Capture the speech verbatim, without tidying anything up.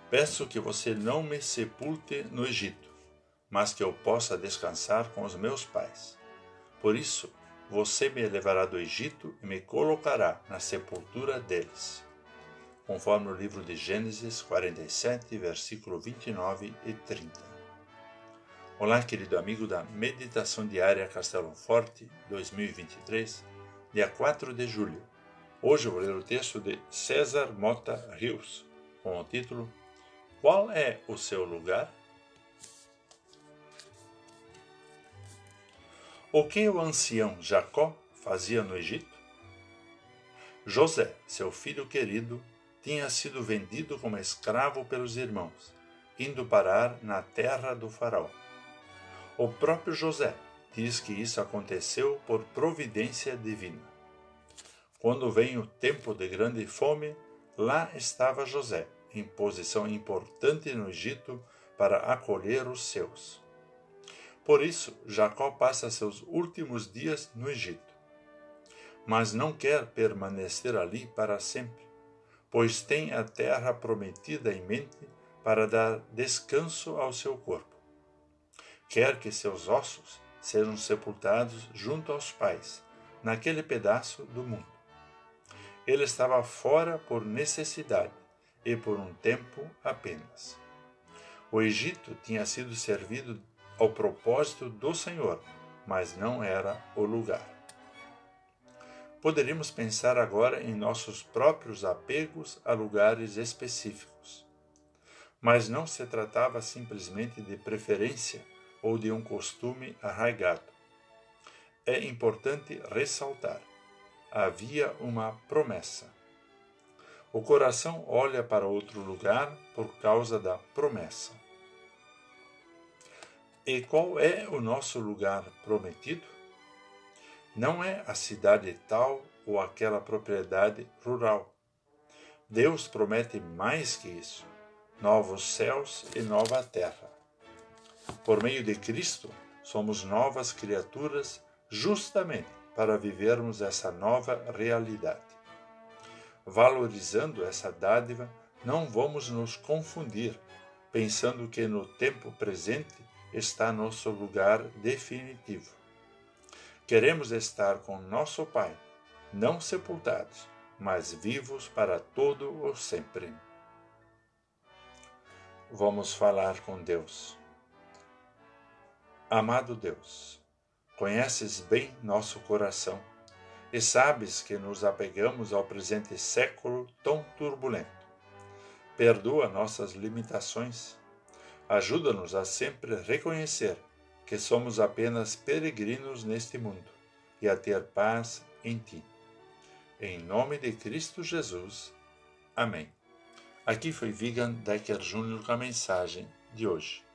Peço que você não me sepulte no Egito, mas que eu possa descansar com os meus pais. Por isso, você me levará do Egito e me colocará na sepultura deles. Conforme o livro de Gênesis quarenta e sete, versículo vinte e nove e trinta. Olá, querido amigo da Meditação Diária Castelo Forte dois mil e vinte e três, dia quatro de julho. Hoje eu vou ler o texto de César Mota Rios, com o título Qual é o seu lugar? O que o ancião Jacó fazia no Egito? José, seu filho querido, tinha sido vendido como escravo pelos irmãos, indo parar na terra do faraó. O próprio José diz que isso aconteceu por providência divina. Quando veio o tempo de grande fome, lá estava José, em posição importante no Egito para acolher os seus. Por isso, Jacó passa seus últimos dias no Egito. Mas não quer permanecer ali para sempre, pois tem a terra prometida em mente para dar descanso ao seu corpo. Quer que seus ossos sejam sepultados junto aos pais, naquele pedaço do mundo. Ele estava fora por necessidade e por um tempo apenas. O Egito tinha sido servido ao propósito do Senhor, mas não era o lugar. Poderíamos pensar agora em nossos próprios apegos a lugares específicos. Mas não se tratava simplesmente de preferência ou de um costume arraigado. É importante ressaltar: havia uma promessa. O coração olha para outro lugar por causa da promessa. E qual é o nosso lugar prometido? Não é a cidade tal ou aquela propriedade rural. Deus promete mais que isso: novos céus e nova terra. Por meio de Cristo, somos novas criaturas justamente para vivermos essa nova realidade. Valorizando essa dádiva, não vamos nos confundir, pensando que no tempo presente está nosso lugar definitivo. Queremos estar com nosso Pai, não sepultados, mas vivos para todo o sempre. Vamos falar com Deus. Amado Deus, conheces bem nosso coração e sabes que nos apegamos ao presente século tão turbulento. Perdoa nossas limitações. Ajuda-nos a sempre reconhecer que somos apenas peregrinos neste mundo e a ter paz em Ti. Em nome de Cristo Jesus. Amém. Aqui foi Vigan Decker Júnior com a mensagem de hoje.